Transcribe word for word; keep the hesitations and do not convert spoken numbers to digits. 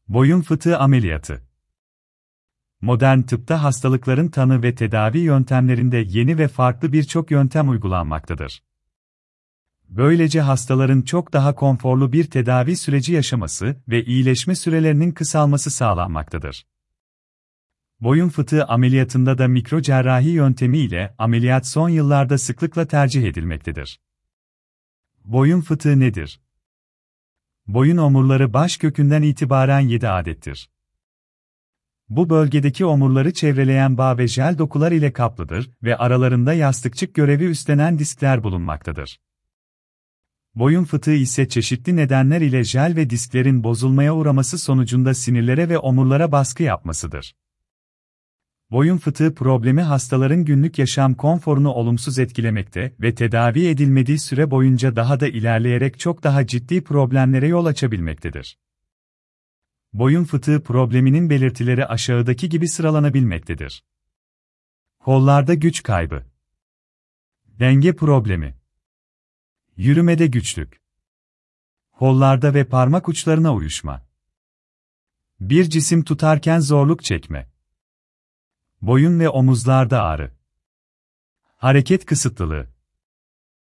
Boyun fıtığı ameliyatı. Modern tıpta hastalıkların tanı ve tedavi yöntemlerinde yeni ve farklı birçok yöntem uygulanmaktadır. Böylece hastaların çok daha konforlu bir tedavi süreci yaşaması ve iyileşme sürelerinin kısalması sağlanmaktadır. Boyun fıtığı ameliyatında da mikrocerrahi yöntemi ile ameliyat son yıllarda sıklıkla tercih edilmektedir. Boyun fıtığı nedir? Boyun omurları baş kökünden itibaren yedi adettir. Bu bölgedeki omurları çevreleyen bağ ve jel dokular ile kaplıdır ve aralarında yastıkçık görevi üstlenen diskler bulunmaktadır. Boyun fıtığı ise çeşitli nedenler ile jel ve disklerin bozulmaya uğraması sonucunda sinirlere ve omurlara baskı yapmasıdır. Boyun fıtığı problemi hastaların günlük yaşam konforunu olumsuz etkilemekte ve tedavi edilmediği süre boyunca daha da ilerleyerek çok daha ciddi problemlere yol açabilmektedir. Boyun fıtığı probleminin belirtileri aşağıdaki gibi sıralanabilmektedir. Kollarda güç kaybı, denge problemi, yürümede güçlük, kollarda ve parmak uçlarına uyuşma, bir cisim tutarken zorluk çekme, boyun ve omuzlarda ağrı, hareket kısıtlılığı.